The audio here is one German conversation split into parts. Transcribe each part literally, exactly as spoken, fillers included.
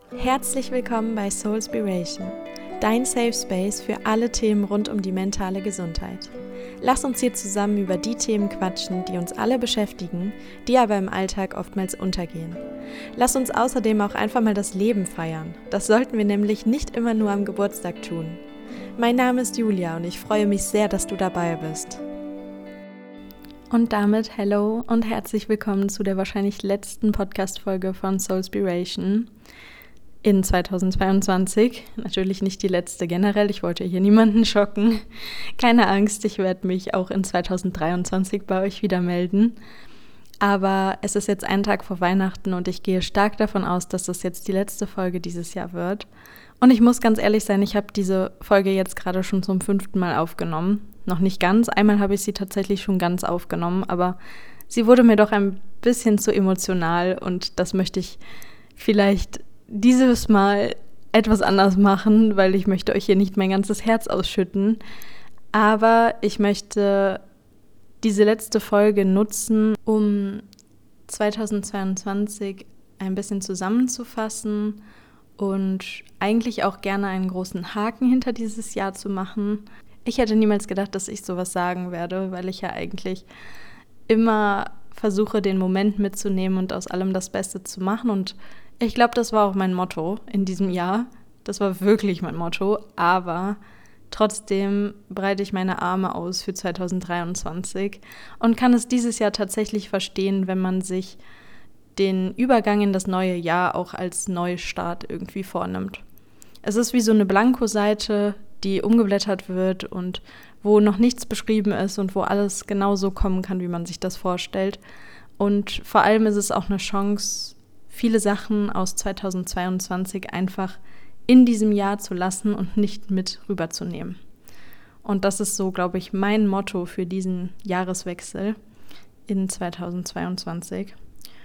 Herzlich willkommen bei Soulspiration, dein Safe Space für alle Themen rund um die mentale Gesundheit. Lass uns hier zusammen über die Themen quatschen, die uns alle beschäftigen, die aber im Alltag oftmals untergehen. Lass uns außerdem auch einfach mal das Leben feiern. Das sollten wir nämlich nicht immer nur am Geburtstag tun. Mein Name ist Julia und ich freue mich sehr, dass du dabei bist. Und damit hello und herzlich willkommen zu der wahrscheinlich letzten Podcast-Folge von Soulspiration in zweitausendzweiundzwanzig. Natürlich nicht die letzte generell, ich wollte hier niemanden schocken. Keine Angst, ich werde mich auch in zweitausenddreiundzwanzig bei euch wieder melden. Aber es ist jetzt ein Tag vor Weihnachten und ich gehe stark davon aus, dass das jetzt die letzte Folge dieses Jahr wird. Und ich muss ganz ehrlich sein, ich habe diese Folge jetzt gerade schon zum fünften Mal aufgenommen. Noch nicht ganz, einmal habe ich sie tatsächlich schon ganz aufgenommen, aber sie wurde mir doch ein bisschen zu emotional und das möchte ich vielleicht dieses Mal etwas anders machen, weil ich möchte euch hier nicht mein ganzes Herz ausschütten. Aber ich möchte diese letzte Folge nutzen, um zweitausendzweiundzwanzig ein bisschen zusammenzufassen und eigentlich auch gerne einen großen Haken hinter dieses Jahr zu machen. Ich hätte niemals gedacht, dass ich sowas sagen werde, weil ich ja eigentlich immer versuche, den Moment mitzunehmen und aus allem das Beste zu machen. Und ich glaube, das war auch mein Motto in diesem Jahr. Das war wirklich mein Motto. Aber trotzdem breite ich meine Arme aus für zweitausenddreiundzwanzig und kann es dieses Jahr tatsächlich verstehen, wenn man sich den Übergang in das neue Jahr auch als Neustart irgendwie vornimmt. Es ist wie so eine Blankoseite, die umgeblättert wird und wo noch nichts beschrieben ist und wo alles genau so kommen kann, wie man sich das vorstellt. Und vor allem ist es auch eine Chance, viele Sachen aus zweitausendzweiundzwanzig einfach in diesem Jahr zu lassen und nicht mit rüberzunehmen. Und das ist so, glaube ich, mein Motto für diesen Jahreswechsel in zweitausendzweiundzwanzig.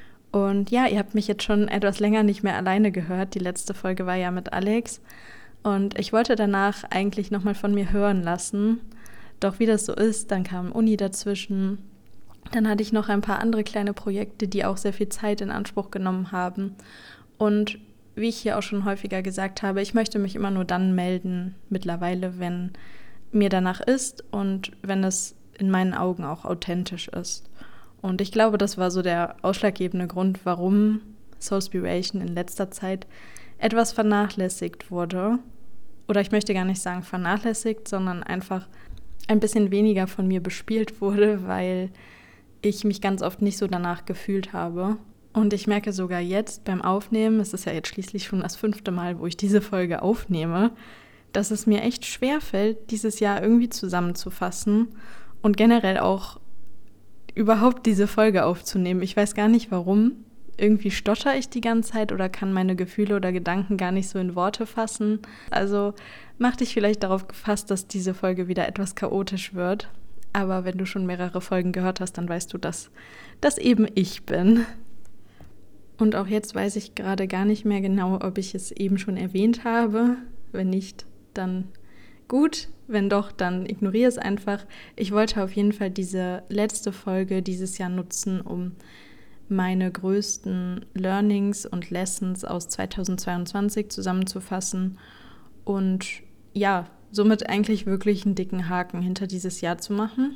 Und ja, ihr habt mich jetzt schon etwas länger nicht mehr alleine gehört. Die letzte Folge war ja mit Alex. Und ich wollte danach eigentlich nochmal von mir hören lassen. Doch wie das so ist, dann kam Uni dazwischen. Dann hatte ich noch ein paar andere kleine Projekte, die auch sehr viel Zeit in Anspruch genommen haben. Und wie ich hier auch schon häufiger gesagt habe, ich möchte mich immer nur dann melden, mittlerweile, wenn mir danach ist und wenn es in meinen Augen auch authentisch ist. Und ich glaube, das war so der ausschlaggebende Grund, warum Soulspiration in letzter Zeit etwas vernachlässigt wurde. Oder ich möchte gar nicht sagen vernachlässigt, sondern einfach ein bisschen weniger von mir bespielt wurde, weil ich mich ganz oft nicht so danach gefühlt habe. Und ich merke sogar jetzt beim Aufnehmen, es ist ja jetzt schließlich schon das fünfte Mal, wo ich diese Folge aufnehme, dass es mir echt schwerfällt, dieses Jahr irgendwie zusammenzufassen und generell auch überhaupt diese Folge aufzunehmen. Ich weiß gar nicht warum. Irgendwie stotter ich die ganze Zeit oder kann meine Gefühle oder Gedanken gar nicht so in Worte fassen. Also mach dich vielleicht darauf gefasst, dass diese Folge wieder etwas chaotisch wird. Aber wenn du schon mehrere Folgen gehört hast, dann weißt du, dass das eben ich bin. Und auch jetzt weiß ich gerade gar nicht mehr genau, ob ich es eben schon erwähnt habe. Wenn nicht, dann gut. Wenn doch, dann ignoriere es einfach. Ich wollte auf jeden Fall diese letzte Folge dieses Jahr nutzen, um meine größten Learnings und Lessons aus zweitausendzweiundzwanzig zusammenzufassen und ja, somit eigentlich wirklich einen dicken Haken hinter dieses Jahr zu machen.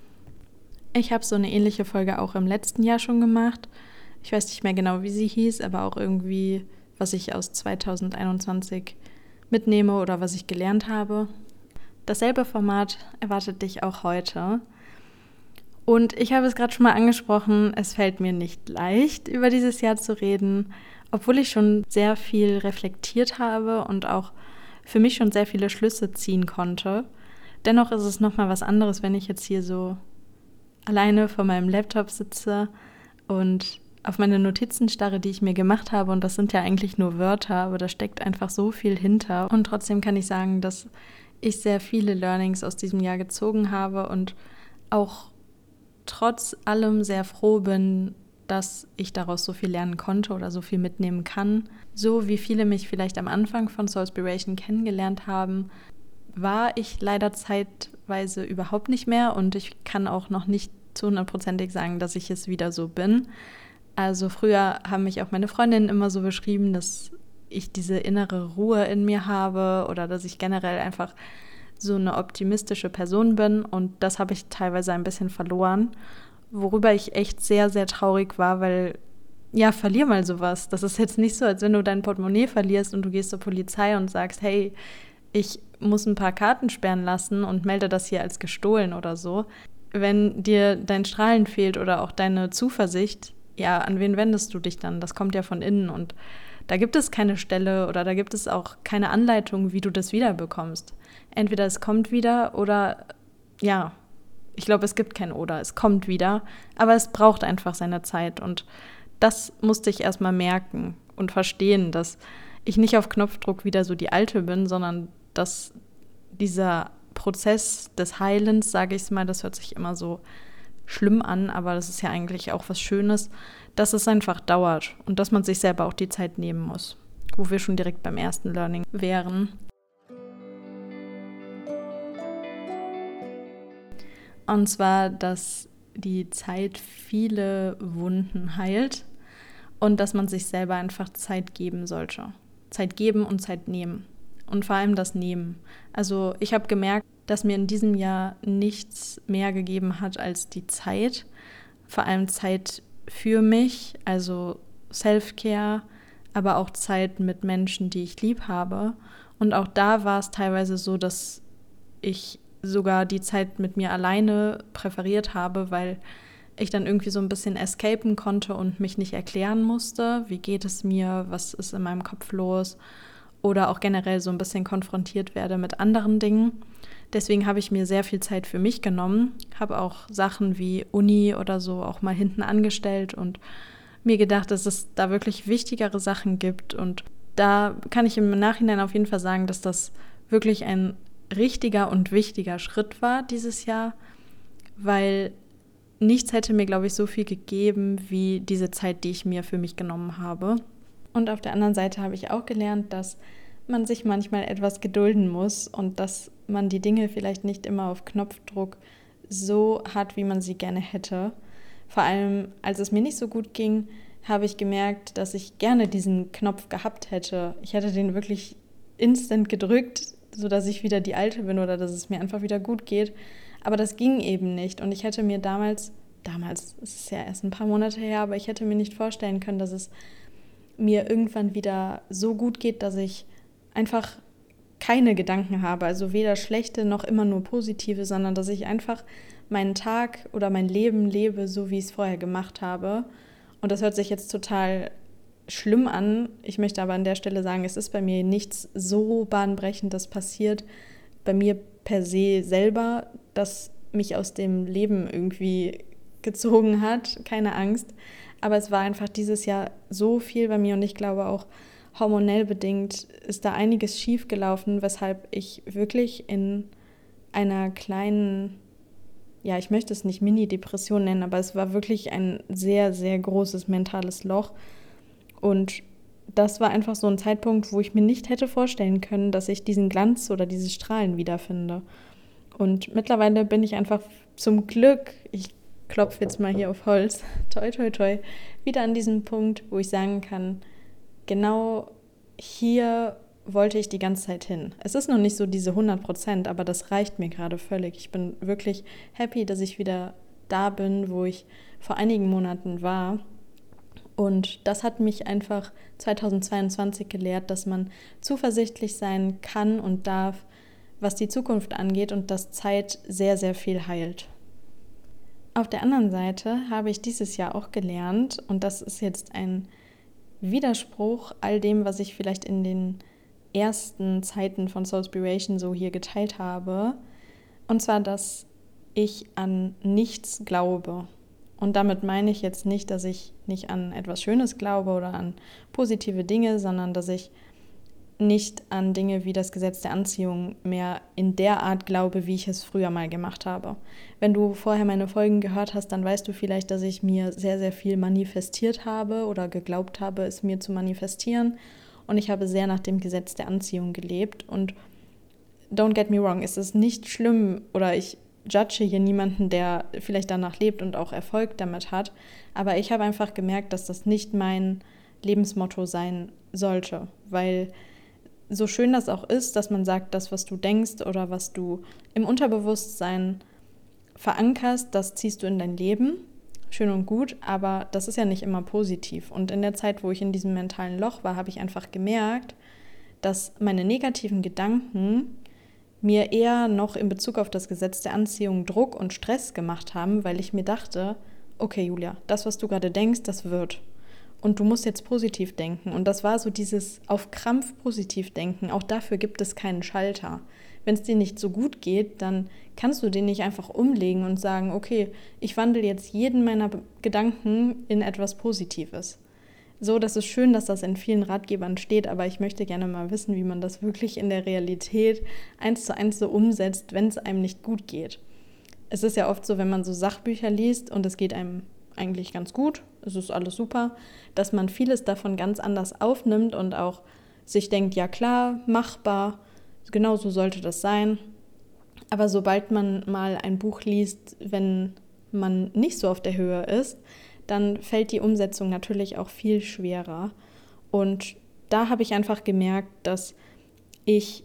Ich habe so eine ähnliche Folge auch im letzten Jahr schon gemacht. Ich weiß nicht mehr genau, wie sie hieß, aber auch irgendwie, was ich aus zweitausendeinundzwanzig mitnehme oder was ich gelernt habe. Dasselbe Format erwartet dich auch heute. Und ich habe es gerade schon mal angesprochen, es fällt mir nicht leicht, über dieses Jahr zu reden, obwohl ich schon sehr viel reflektiert habe und auch für mich schon sehr viele Schlüsse ziehen konnte. Dennoch ist es nochmal was anderes, wenn ich jetzt hier so alleine vor meinem Laptop sitze und auf meine Notizen starre, die ich mir gemacht habe. Und das sind ja eigentlich nur Wörter, aber da steckt einfach so viel hinter. Und trotzdem kann ich sagen, dass ich sehr viele Learnings aus diesem Jahr gezogen habe und auch trotz allem sehr froh bin, dass ich daraus so viel lernen konnte oder so viel mitnehmen kann. So wie viele mich vielleicht am Anfang von Soulspiration kennengelernt haben, war ich leider zeitweise überhaupt nicht mehr und ich kann auch noch nicht zu hundertprozentig sagen, dass ich es wieder so bin. Also früher haben mich auch meine Freundinnen immer so beschrieben, dass ich diese innere Ruhe in mir habe oder dass ich generell einfach so eine optimistische Person bin. Und das habe ich teilweise ein bisschen verloren, worüber ich echt sehr, sehr traurig war, weil, ja, verlier mal sowas. Das ist jetzt nicht so, als wenn du dein Portemonnaie verlierst und du gehst zur Polizei und sagst, hey, ich muss ein paar Karten sperren lassen und melde das hier als gestohlen oder so. Wenn dir dein Strahlen fehlt oder auch deine Zuversicht, ja, an wen wendest du dich dann? Das kommt ja von innen und da gibt es keine Stelle oder da gibt es auch keine Anleitung, wie du das wiederbekommst. Entweder es kommt wieder oder, ja, ich glaube, es gibt kein Oder, es kommt wieder, aber es braucht einfach seine Zeit und das musste ich erstmal merken und verstehen, dass ich nicht auf Knopfdruck wieder so die Alte bin, sondern dass dieser Prozess des Heilens, sage ich es mal, das hört sich immer so schlimm an, aber das ist ja eigentlich auch was Schönes, dass es einfach dauert und dass man sich selber auch die Zeit nehmen muss, wo wir schon direkt beim ersten Learning wären. Und zwar, dass die Zeit viele Wunden heilt und dass man sich selber einfach Zeit geben sollte. Zeit geben und Zeit nehmen. Und vor allem das Nehmen. Also ich habe gemerkt, dass mir in diesem Jahr nichts mehr gegeben hat als die Zeit. Vor allem Zeit für mich, also Self-Care, aber auch Zeit mit Menschen, die ich lieb habe. Und auch da war es teilweise so, dass ich sogar die Zeit mit mir alleine präferiert habe, weil ich dann irgendwie so ein bisschen escapen konnte und mich nicht erklären musste, wie geht es mir, was ist in meinem Kopf los oder auch generell so ein bisschen konfrontiert werde mit anderen Dingen. Deswegen habe ich mir sehr viel Zeit für mich genommen, habe auch Sachen wie Uni oder so auch mal hinten angestellt und mir gedacht, dass es da wirklich wichtigere Sachen gibt. Und da kann ich im Nachhinein auf jeden Fall sagen, dass das wirklich ein richtiger und wichtiger Schritt war dieses Jahr, weil nichts hätte mir, glaube ich, so viel gegeben wie diese Zeit, die ich mir für mich genommen habe. Und auf der anderen Seite habe ich auch gelernt, dass man sich manchmal etwas gedulden muss und dass man die Dinge vielleicht nicht immer auf Knopfdruck so hat, wie man sie gerne hätte. Vor allem, als es mir nicht so gut ging, habe ich gemerkt, dass ich gerne diesen Knopf gehabt hätte. Ich hätte den wirklich instant gedrückt, sodass ich wieder die Alte bin oder dass es mir einfach wieder gut geht. Aber das ging eben nicht. Und ich hätte mir damals, damals, es ist ja erst ein paar Monate her, aber ich hätte mir nicht vorstellen können, dass es mir irgendwann wieder so gut geht, dass ich einfach keine Gedanken habe. Also weder schlechte noch immer nur positive, sondern dass ich einfach meinen Tag oder mein Leben lebe, so wie ich es vorher gemacht habe. Und das hört sich jetzt total schlimm an. Ich möchte aber an der Stelle sagen, es ist bei mir nichts so bahnbrechendes passiert, bei mir per se selber, das mich aus dem Leben irgendwie gezogen hat. Keine Angst. Aber es war einfach dieses Jahr so viel bei mir und ich glaube auch hormonell bedingt ist da einiges schief gelaufen, weshalb ich wirklich in einer kleinen, ja, ich möchte es nicht Mini-Depression nennen, aber es war wirklich ein sehr, sehr großes mentales Loch. Und das war einfach so ein Zeitpunkt, wo ich mir nicht hätte vorstellen können, dass ich diesen Glanz oder diese Strahlen wiederfinde. Und mittlerweile bin ich einfach zum Glück, ich klopfe jetzt mal hier auf Holz, toi, toi, toi, wieder an diesem Punkt, wo ich sagen kann, genau hier wollte ich die ganze Zeit hin. Es ist noch nicht so diese hundert Prozent, aber das reicht mir gerade völlig. Ich bin wirklich happy, dass ich wieder da bin, wo ich vor einigen Monaten war. Und das hat mich einfach zweitausendzweiundzwanzig gelehrt, dass man zuversichtlich sein kann und darf, was die Zukunft angeht und dass Zeit sehr, sehr viel heilt. Auf der anderen Seite habe ich dieses Jahr auch gelernt, und das ist jetzt ein Widerspruch all dem, was ich vielleicht in den ersten Zeiten von Soulspiration so hier geteilt habe, und zwar, dass ich an nichts glaube. Und damit meine ich jetzt nicht, dass ich nicht an etwas Schönes glaube oder an positive Dinge, sondern dass ich nicht an Dinge wie das Gesetz der Anziehung mehr in der Art glaube, wie ich es früher mal gemacht habe. Wenn du vorher meine Folgen gehört hast, dann weißt du vielleicht, dass ich mir sehr, sehr viel manifestiert habe oder geglaubt habe, es mir zu manifestieren. Und ich habe sehr nach dem Gesetz der Anziehung gelebt. Und don't get me wrong, es ist nicht schlimm oder ich judge hier niemanden, der vielleicht danach lebt und auch Erfolg damit hat. Aber ich habe einfach gemerkt, dass das nicht mein Lebensmotto sein sollte, weil so schön das auch ist, dass man sagt, das, was du denkst oder was du im Unterbewusstsein verankerst, das ziehst du in dein Leben, schön und gut, aber das ist ja nicht immer positiv. Und in der Zeit, wo ich in diesem mentalen Loch war, habe ich einfach gemerkt, dass meine negativen Gedanken mir eher noch in Bezug auf das Gesetz der Anziehung Druck und Stress gemacht haben, weil ich mir dachte, okay Julia, das, was du gerade denkst, das wird. Und du musst jetzt positiv denken. Und das war so dieses auf Krampf positiv denken. Auch dafür gibt es keinen Schalter. Wenn es dir nicht so gut geht, dann kannst du den nicht einfach umlegen und sagen, okay, ich wandle jetzt jeden meiner Gedanken in etwas Positives. So, das ist schön, dass das in vielen Ratgebern steht, aber ich möchte gerne mal wissen, wie man das wirklich in der Realität eins zu eins so umsetzt, wenn es einem nicht gut geht. Es ist ja oft so, wenn man so Sachbücher liest und es geht einem eigentlich ganz gut, es ist alles super, dass man vieles davon ganz anders aufnimmt und auch sich denkt, ja klar, machbar, genau so sollte das sein. Aber sobald man mal ein Buch liest, wenn man nicht so auf der Höhe ist, dann fällt die Umsetzung natürlich auch viel schwerer. Und da habe ich einfach gemerkt, dass ich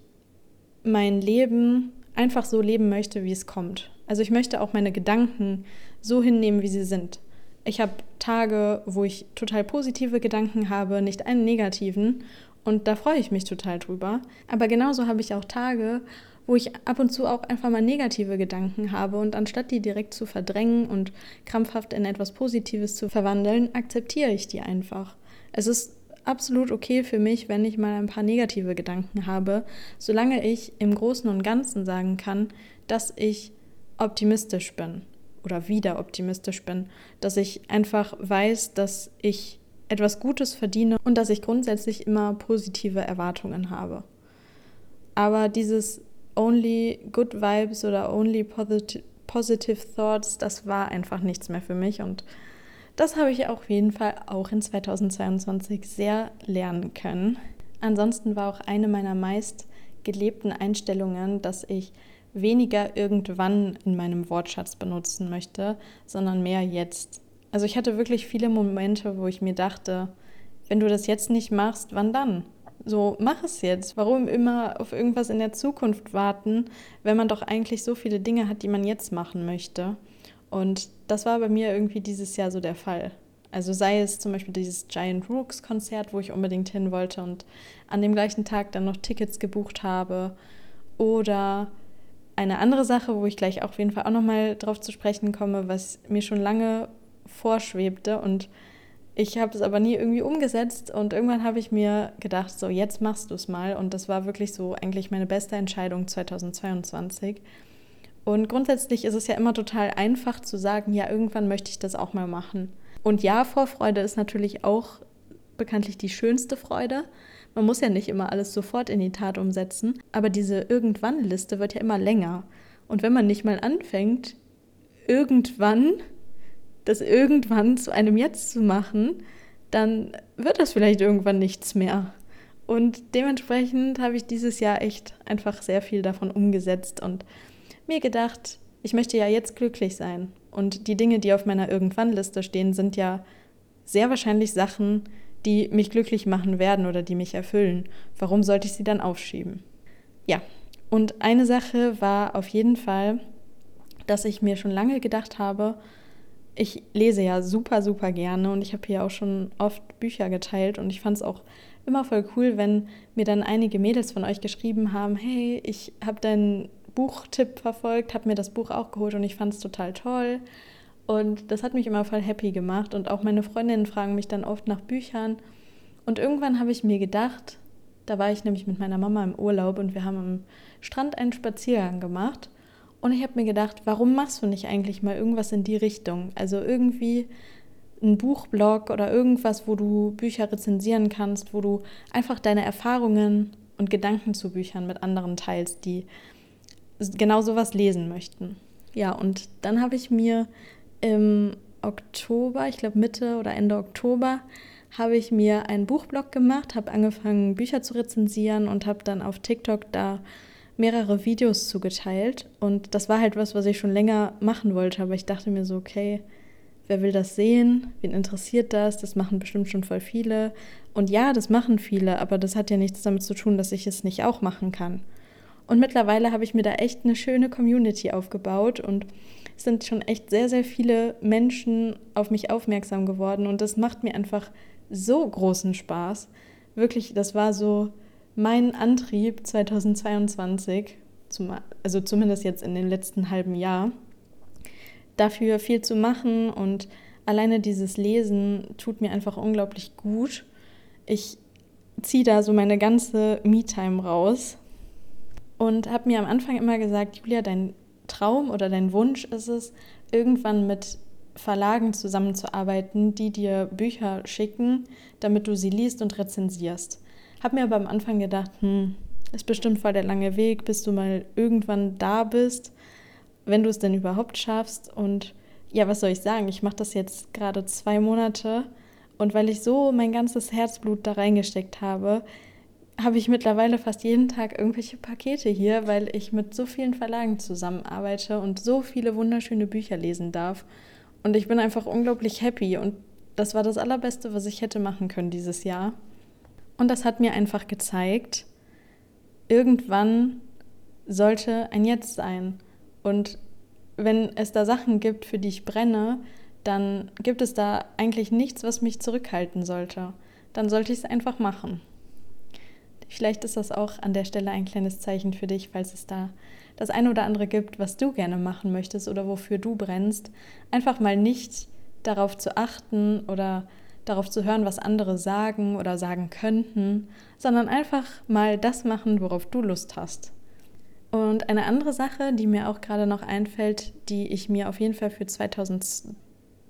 mein Leben einfach so leben möchte, wie es kommt. Also ich möchte auch meine Gedanken so hinnehmen, wie sie sind. Ich habe Tage, wo ich total positive Gedanken habe, nicht einen negativen. Und da freue ich mich total drüber. Aber genauso habe ich auch Tage, wo ich ab und zu auch einfach mal negative Gedanken habe. Und anstatt die direkt zu verdrängen und krampfhaft in etwas Positives zu verwandeln, akzeptiere ich die einfach. Es ist absolut okay für mich, wenn ich mal ein paar negative Gedanken habe, solange ich im Großen und Ganzen sagen kann, dass ich optimistisch bin oder wieder optimistisch bin, dass ich einfach weiß, dass ich etwas Gutes verdiene und dass ich grundsätzlich immer positive Erwartungen habe. Aber dieses only good vibes oder only positive, positive thoughts, das war einfach nichts mehr für mich und das habe ich auf jeden Fall auch in zweitausendzweiundzwanzig sehr lernen können. Ansonsten war auch eine meiner meist gelebten Einstellungen, dass ich weniger irgendwann in meinem Wortschatz benutzen möchte, sondern mehr jetzt. Also ich hatte wirklich viele Momente, wo ich mir dachte, wenn du das jetzt nicht machst, wann dann? So, mach es jetzt. Warum immer auf irgendwas in der Zukunft warten, wenn man doch eigentlich so viele Dinge hat, die man jetzt machen möchte? Und das war bei mir irgendwie dieses Jahr so der Fall. Also sei es zum Beispiel dieses Giant Rooks Konzert, wo ich unbedingt hin wollte und an dem gleichen Tag dann noch Tickets gebucht habe. Oder eine andere Sache, wo ich gleich auf jeden Fall auch nochmal drauf zu sprechen komme, was mir schon lange vorschwebte und ich habe es aber nie irgendwie umgesetzt und irgendwann habe ich mir gedacht, so jetzt machst du es mal und das war wirklich so eigentlich meine beste Entscheidung zweitausendzweiundzwanzig. Und grundsätzlich ist es ja immer total einfach zu sagen, ja, irgendwann möchte ich das auch mal machen. Und ja, Vorfreude ist natürlich auch bekanntlich die schönste Freude. Man muss ja nicht immer alles sofort in die Tat umsetzen, aber diese Irgendwann-Liste wird ja immer länger. Und wenn man nicht mal anfängt, irgendwann das irgendwann zu einem Jetzt zu machen, dann wird das vielleicht irgendwann nichts mehr. Und dementsprechend habe ich dieses Jahr echt einfach sehr viel davon umgesetzt und mir gedacht, ich möchte ja jetzt glücklich sein. Und die Dinge, die auf meiner Irgendwann-Liste stehen, sind ja sehr wahrscheinlich Sachen, die mich glücklich machen werden oder die mich erfüllen. Warum sollte ich sie dann aufschieben? Ja, und eine Sache war auf jeden Fall, dass ich mir schon lange gedacht habe, ich lese ja super, super gerne und ich habe hier auch schon oft Bücher geteilt und ich fand es auch immer voll cool, wenn mir dann einige Mädels von euch geschrieben haben, hey, ich habe deinen Buchtipp verfolgt, habe mir das Buch auch geholt und ich fand es total toll und das hat mich immer voll happy gemacht und auch meine Freundinnen fragen mich dann oft nach Büchern und irgendwann habe ich mir gedacht, da war ich nämlich mit meiner Mama im Urlaub und wir haben am Strand einen Spaziergang gemacht. Und ich habe mir gedacht, warum machst du nicht eigentlich mal irgendwas in die Richtung? Also irgendwie ein Buchblog oder irgendwas, wo du Bücher rezensieren kannst, wo du einfach deine Erfahrungen und Gedanken zu Büchern mit anderen teilst, die genau sowas lesen möchten. Ja, und dann habe ich mir im Oktober, ich glaube Mitte oder Ende Oktober, habe ich mir einen Buchblog gemacht, habe angefangen, Bücher zu rezensieren und habe dann auf TikTok da mehrere Videos zugeteilt und das war halt was, was ich schon länger machen wollte, aber ich dachte mir so, okay, wer will das sehen, wen interessiert das, das machen bestimmt schon voll viele. Und ja, das machen viele, aber das hat ja nichts damit zu tun, dass ich es nicht auch machen kann. Und mittlerweile habe ich mir da echt eine schöne Community aufgebaut und es sind schon echt sehr, sehr viele Menschen auf mich aufmerksam geworden und das macht mir einfach so großen Spaß. Wirklich, das war so mein Antrieb zweitausendzweiundzwanzig, zum, also zumindest jetzt in dem letzten halben Jahr, dafür viel zu machen und alleine dieses Lesen tut mir einfach unglaublich gut. Ich ziehe da so meine ganze Me-Time raus und habe mir am Anfang immer gesagt, Julia, dein Traum oder dein Wunsch ist es, irgendwann mit Verlagen zusammenzuarbeiten, die dir Bücher schicken, damit du sie liest und rezensierst. Habe mir aber am Anfang gedacht, hm, ist bestimmt voll der lange Weg, bis du mal irgendwann da bist, wenn du es denn überhaupt schaffst. Und ja, was soll ich sagen? Ich mache das jetzt gerade zwei Monate und weil ich so mein ganzes Herzblut da reingesteckt habe, habe ich mittlerweile fast jeden Tag irgendwelche Pakete hier, weil ich mit so vielen Verlagen zusammenarbeite und so viele wunderschöne Bücher lesen darf. Und ich bin einfach unglaublich happy und das war das Allerbeste, was ich hätte machen können dieses Jahr. Und das hat mir einfach gezeigt, irgendwann sollte ein Jetzt sein. Und wenn es da Sachen gibt, für die ich brenne, dann gibt es da eigentlich nichts, was mich zurückhalten sollte. Dann sollte ich es einfach machen. Vielleicht ist das auch an der Stelle ein kleines Zeichen für dich, falls es da das eine oder andere gibt, was du gerne machen möchtest oder wofür du brennst. Einfach mal nicht darauf zu achten oder darauf zu hören, was andere sagen oder sagen könnten, sondern einfach mal das machen, worauf du Lust hast. Und eine andere Sache, die mir auch gerade noch einfällt, die ich mir auf jeden Fall für zweitausendzweiundzwanzig,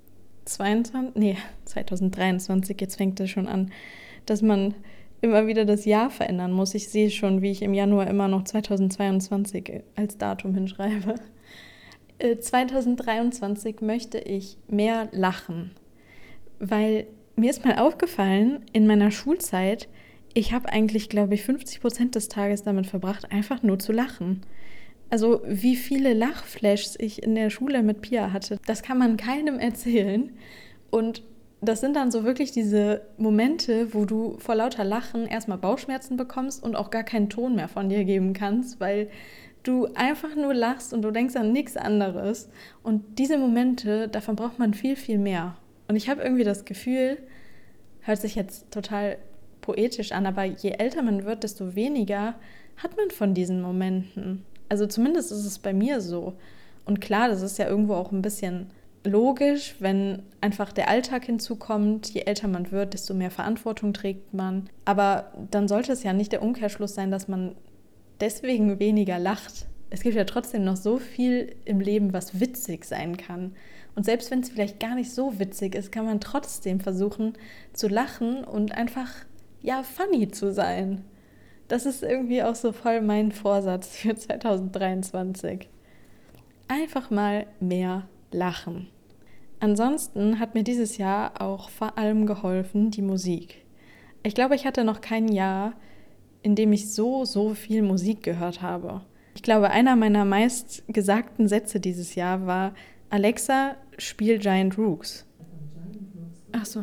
nee, zweitausenddreiundzwanzig, jetzt fängt es schon an, dass man immer wieder das Jahr verändern muss. Ich sehe schon, wie ich im Januar immer noch zweitausendzweiundzwanzig als Datum hinschreibe. Äh, zweitausenddreiundzwanzig möchte ich mehr lachen, weil mir ist mal aufgefallen, in meiner Schulzeit, ich habe eigentlich, glaube ich, fünfzig Prozent des Tages damit verbracht, einfach nur zu lachen. Also wie viele Lachflashs ich in der Schule mit Pia hatte, das kann man keinem erzählen. Und das sind dann so wirklich diese Momente, wo du vor lauter Lachen erstmal Bauchschmerzen bekommst und auch gar keinen Ton mehr von dir geben kannst, weil du einfach nur lachst und du denkst an nichts anderes. Und diese Momente, davon braucht man viel, viel mehr. Und ich habe irgendwie das Gefühl, hört sich jetzt total poetisch an, aber je älter man wird, desto weniger hat man von diesen Momenten. Also zumindest ist es bei mir so. Und klar, das ist ja irgendwo auch ein bisschen logisch, wenn einfach der Alltag hinzukommt, je älter man wird, desto mehr Verantwortung trägt man. Aber dann sollte es ja nicht der Umkehrschluss sein, dass man deswegen weniger lacht. Es gibt ja trotzdem noch so viel im Leben, was witzig sein kann. Und selbst wenn es vielleicht gar nicht so witzig ist, kann man trotzdem versuchen zu lachen und einfach, ja, funny zu sein. Das ist irgendwie auch so voll mein Vorsatz für zweitausenddreiundzwanzig. Einfach mal mehr lachen. Ansonsten hat mir dieses Jahr auch vor allem geholfen die Musik. Ich glaube, ich hatte noch kein Jahr, in dem ich so, so viel Musik gehört habe. Ich glaube, einer meiner meist gesagten Sätze dieses Jahr war: Alexa, spiel Giant Rooks. Ach so.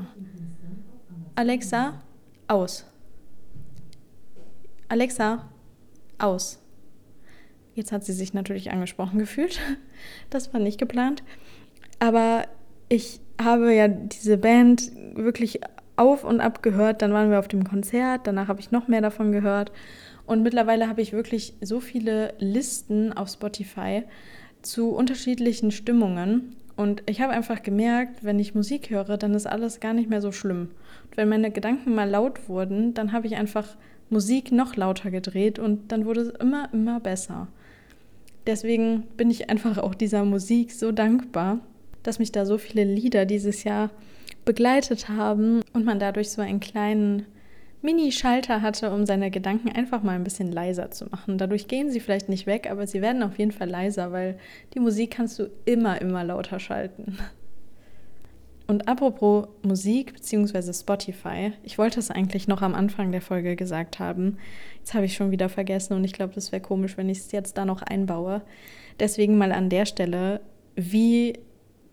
Alexa, aus. Alexa, aus. Jetzt hat sie sich natürlich angesprochen gefühlt. Das war nicht geplant. Aber ich habe ja diese Band wirklich auf und ab gehört. Dann waren wir auf dem Konzert. Danach habe ich noch mehr davon gehört. Und mittlerweile habe ich wirklich so viele Listen auf Spotify zu unterschiedlichen Stimmungen. Und ich habe einfach gemerkt, wenn ich Musik höre, dann ist alles gar nicht mehr so schlimm. Und wenn meine Gedanken mal laut wurden, dann habe ich einfach Musik noch lauter gedreht und dann wurde es immer, immer besser. Deswegen bin ich einfach auch dieser Musik so dankbar, dass mich da so viele Lieder dieses Jahr begleitet haben und man dadurch so einen kleinen Mini-Schalter hatte, um seine Gedanken einfach mal ein bisschen leiser zu machen. Dadurch gehen sie vielleicht nicht weg, aber sie werden auf jeden Fall leiser, weil die Musik kannst du immer, immer lauter schalten. Und apropos Musik bzw. Spotify, ich wollte es eigentlich noch am Anfang der Folge gesagt haben. Jetzt habe ich schon wieder vergessen und ich glaube, das wäre komisch, wenn ich es jetzt da noch einbaue. Deswegen mal an der Stelle, wie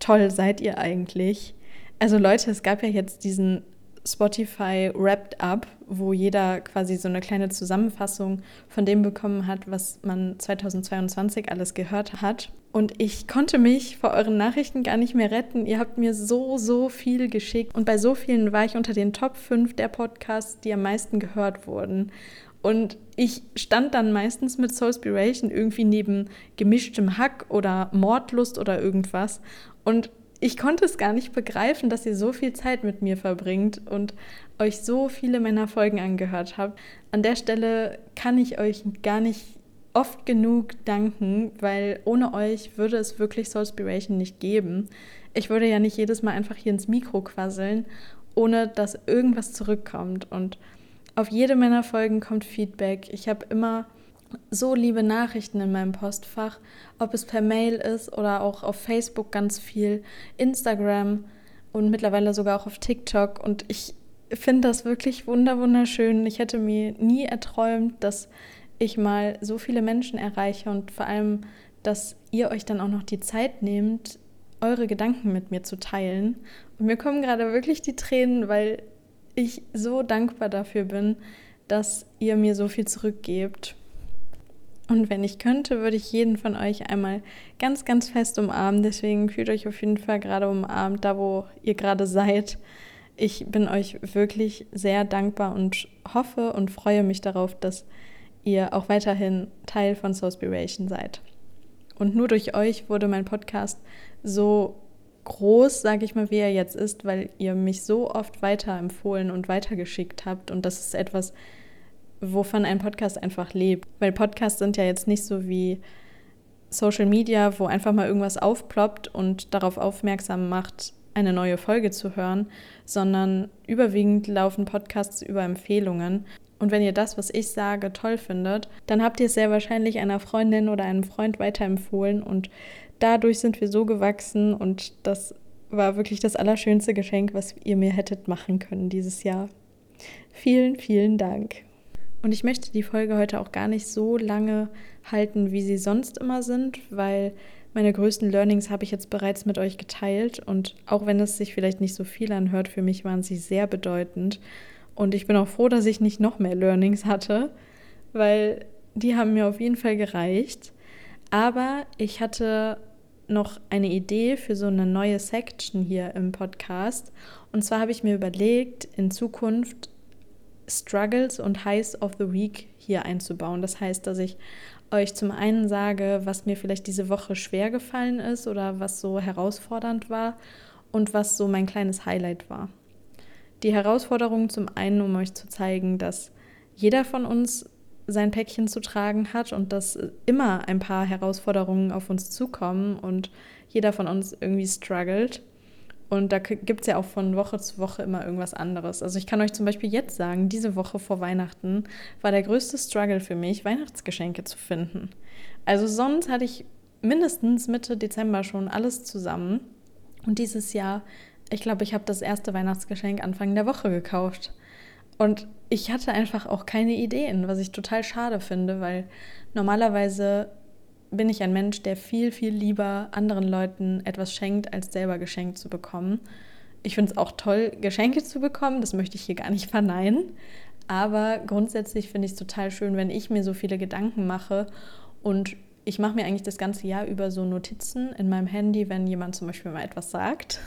toll seid ihr eigentlich? Also Leute, es gab ja jetzt diesen Spotify Wrapped Up, wo jeder quasi so eine kleine Zusammenfassung von dem bekommen hat, was man zweitausendzweiundzwanzig alles gehört hat. Und ich konnte mich vor euren Nachrichten gar nicht mehr retten. Ihr habt mir so, so viel geschickt. Und bei so vielen war ich unter den Top fünf der Podcasts, die am meisten gehört wurden. Und ich stand dann meistens mit Soulspiration irgendwie neben gemischtem Hack oder Mordlust oder irgendwas. Und ich konnte es gar nicht begreifen, dass ihr so viel Zeit mit mir verbringt und euch so viele meiner Folgen angehört habt. An der Stelle kann ich euch gar nicht oft genug danken, weil ohne euch würde es wirklich Soulspiration nicht geben. Ich würde ja nicht jedes Mal einfach hier ins Mikro quasseln, ohne dass irgendwas zurückkommt. Und auf jede meiner Folgen kommt Feedback. Ich habe immer so liebe Nachrichten in meinem Postfach, ob es per Mail ist oder auch auf Facebook ganz viel, Instagram und mittlerweile sogar auch auf TikTok. Und ich finde das wirklich wunderschön. Ich hätte mir nie erträumt, dass ich mal so viele Menschen erreiche und vor allem, dass ihr euch dann auch noch die Zeit nehmt, eure Gedanken mit mir zu teilen. Und mir kommen gerade wirklich die Tränen, weil ich so dankbar dafür bin, dass ihr mir so viel zurückgebt. Und wenn ich könnte, würde ich jeden von euch einmal ganz, ganz fest umarmen. Deswegen fühlt euch auf jeden Fall gerade umarmt, da wo ihr gerade seid. Ich bin euch wirklich sehr dankbar und hoffe und freue mich darauf, dass ihr auch weiterhin Teil von Soulspiration seid. Und nur durch euch wurde mein Podcast so groß, sage ich mal, wie er jetzt ist, weil ihr mich so oft weiterempfohlen und weitergeschickt habt. Und das ist etwas, wovon ein Podcast einfach lebt. Weil Podcasts sind ja jetzt nicht so wie Social Media, wo einfach mal irgendwas aufploppt und darauf aufmerksam macht, eine neue Folge zu hören, sondern überwiegend laufen Podcasts über Empfehlungen. Und wenn ihr das, was ich sage, toll findet, dann habt ihr es sehr wahrscheinlich einer Freundin oder einem Freund weiterempfohlen und dadurch sind wir so gewachsen und das war wirklich das allerschönste Geschenk, was ihr mir hättet machen können dieses Jahr. Vielen, vielen Dank. Und ich möchte die Folge heute auch gar nicht so lange halten, wie sie sonst immer sind, weil meine größten Learnings habe ich jetzt bereits mit euch geteilt. Und auch wenn es sich vielleicht nicht so viel anhört, für mich waren sie sehr bedeutend. Und ich bin auch froh, dass ich nicht noch mehr Learnings hatte, weil die haben mir auf jeden Fall gereicht. Aber ich hatte noch eine Idee für so eine neue Section hier im Podcast. Und zwar habe ich mir überlegt, in Zukunft Struggles und Highs of the Week hier einzubauen. Das heißt, dass ich euch zum einen sage, was mir vielleicht diese Woche schwer gefallen ist oder was so herausfordernd war und was so mein kleines Highlight war. Die Herausforderung zum einen, um euch zu zeigen, dass jeder von uns sein Päckchen zu tragen hat und dass immer ein paar Herausforderungen auf uns zukommen und jeder von uns irgendwie struggelt. Und da gibt es ja auch von Woche zu Woche immer irgendwas anderes. Also ich kann euch zum Beispiel jetzt sagen, diese Woche vor Weihnachten war der größte Struggle für mich, Weihnachtsgeschenke zu finden. Also sonst hatte ich mindestens Mitte Dezember schon alles zusammen. Und dieses Jahr, ich glaube, ich habe das erste Weihnachtsgeschenk Anfang der Woche gekauft. Und ich hatte einfach auch keine Ideen, was ich total schade finde, weil normalerweise bin ich ein Mensch, der viel, viel lieber anderen Leuten etwas schenkt, als selber geschenkt zu bekommen. Ich finde es auch toll, Geschenke zu bekommen, das möchte ich hier gar nicht verneinen. Aber grundsätzlich finde ich es total schön, wenn ich mir so viele Gedanken mache. Und ich mache mir eigentlich das ganze Jahr über so Notizen in meinem Handy, wenn jemand zum Beispiel mal etwas sagt.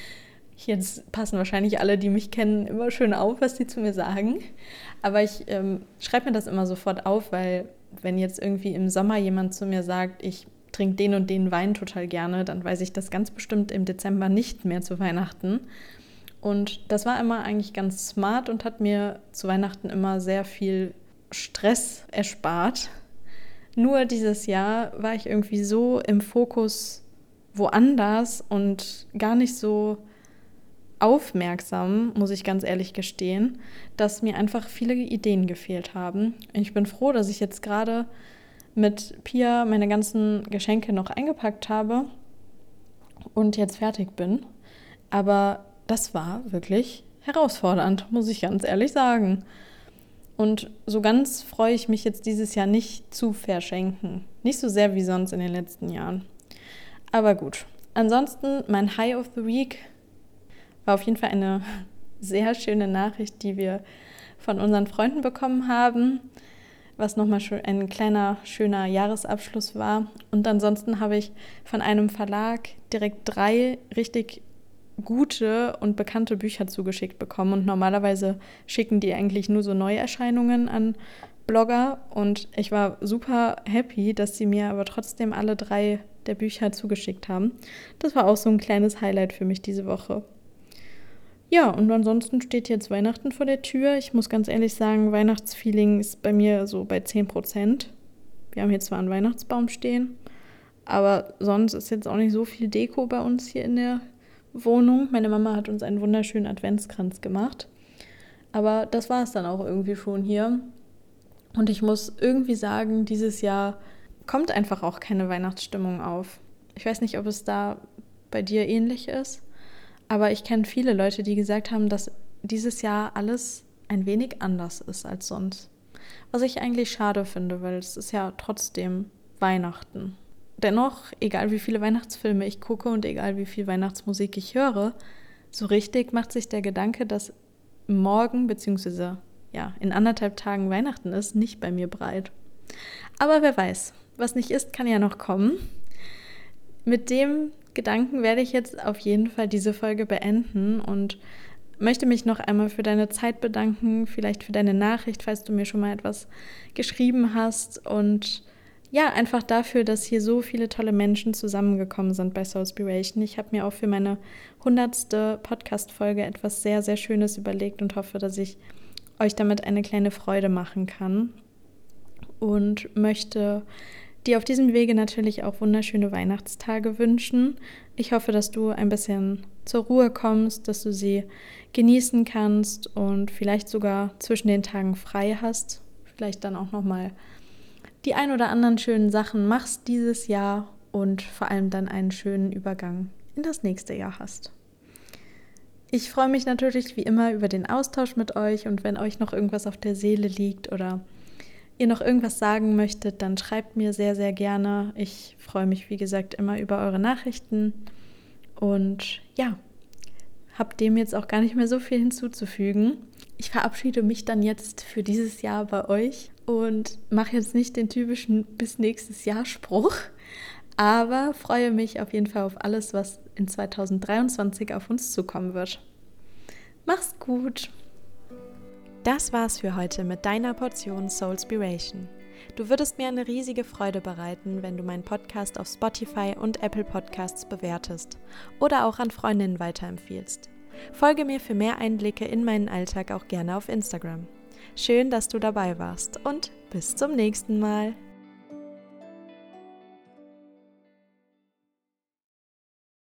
Jetzt passen wahrscheinlich alle, die mich kennen, immer schön auf, was sie zu mir sagen. Aber ich ähm, schreibe mir das immer sofort auf, weil wenn jetzt irgendwie im Sommer jemand zu mir sagt, ich trinke den und den Wein total gerne, dann weiß ich das ganz bestimmt im Dezember nicht mehr zu Weihnachten. Und das war immer eigentlich ganz smart und hat mir zu Weihnachten immer sehr viel Stress erspart. Nur dieses Jahr war ich irgendwie so im Fokus woanders und gar nicht so aufmerksam, muss ich ganz ehrlich gestehen, dass mir einfach viele Ideen gefehlt haben. Ich bin froh, dass ich jetzt gerade mit Pia meine ganzen Geschenke noch eingepackt habe und jetzt fertig bin. Aber das war wirklich herausfordernd, muss ich ganz ehrlich sagen. Und so ganz freue ich mich jetzt dieses Jahr nicht zu verschenken. Nicht so sehr wie sonst in den letzten Jahren. Aber gut. ansonsten mein High of the Week war auf jeden Fall eine sehr schöne Nachricht, die wir von unseren Freunden bekommen haben, was nochmal ein kleiner, schöner Jahresabschluss war. Und ansonsten habe ich von einem Verlag direkt drei richtig gute und bekannte Bücher zugeschickt bekommen. Und normalerweise schicken die eigentlich nur so Neuerscheinungen an Blogger. Und ich war super happy, dass sie mir aber trotzdem alle drei der Bücher zugeschickt haben. Das war auch so ein kleines Highlight für mich diese Woche. Ja, und ansonsten steht jetzt Weihnachten vor der Tür. Ich muss ganz ehrlich sagen, Weihnachtsfeeling ist bei mir so bei zehn Prozent. Wir haben hier zwar einen Weihnachtsbaum stehen, aber sonst ist jetzt auch nicht so viel Deko bei uns hier in der Wohnung. Meine Mama hat uns einen wunderschönen Adventskranz gemacht. Aber das war es dann auch irgendwie schon hier. Und ich muss irgendwie sagen, dieses Jahr kommt einfach auch keine Weihnachtsstimmung auf. Ich weiß nicht, ob es da bei dir ähnlich ist. Aber ich kenne viele Leute, die gesagt haben, dass dieses Jahr alles ein wenig anders ist als sonst. Was ich eigentlich schade finde, weil es ist ja trotzdem Weihnachten. Dennoch, egal wie viele Weihnachtsfilme ich gucke und egal wie viel Weihnachtsmusik ich höre, so richtig macht sich der Gedanke, dass morgen bzw. ja, in anderthalb Tagen Weihnachten ist, nicht bei mir breit. Aber wer weiß, was nicht ist, kann ja noch kommen. Mit dem Gedanken werde ich jetzt auf jeden Fall diese Folge beenden und möchte mich noch einmal für deine Zeit bedanken, vielleicht für deine Nachricht, falls du mir schon mal etwas geschrieben hast und ja, einfach dafür, dass hier so viele tolle Menschen zusammengekommen sind bei Soulspiration. Ich habe mir auch für meine hundertste Podcast-Folge etwas sehr, sehr Schönes überlegt und hoffe, dass ich euch damit eine kleine Freude machen kann und möchte dir auf diesem Wege natürlich auch wunderschöne Weihnachtstage wünschen. Ich hoffe, dass du ein bisschen zur Ruhe kommst, dass du sie genießen kannst und vielleicht sogar zwischen den Tagen frei hast. Vielleicht dann auch nochmal die ein oder anderen schönen Sachen machst dieses Jahr und vor allem dann einen schönen Übergang in das nächste Jahr hast. Ich freue mich natürlich wie immer über den Austausch mit euch und wenn euch noch irgendwas auf der Seele liegt oder ihr noch irgendwas sagen möchtet, dann schreibt mir sehr, sehr gerne. Ich freue mich, wie gesagt, immer über eure Nachrichten und ja, habe dem jetzt auch gar nicht mehr so viel hinzuzufügen. Ich verabschiede mich dann jetzt für dieses Jahr bei euch und mache jetzt nicht den typischen bis nächstes Jahr Spruch, aber freue mich auf jeden Fall auf alles, was in zweitausenddreiundzwanzig auf uns zukommen wird. Mach's gut! Das war's für heute mit deiner Portion Soulspiration. Du würdest mir eine riesige Freude bereiten, wenn du meinen Podcast auf Spotify und Apple Podcasts bewertest oder auch an Freundinnen weiterempfiehlst. Folge mir für mehr Einblicke in meinen Alltag auch gerne auf Instagram. Schön, dass du dabei warst und bis zum nächsten Mal.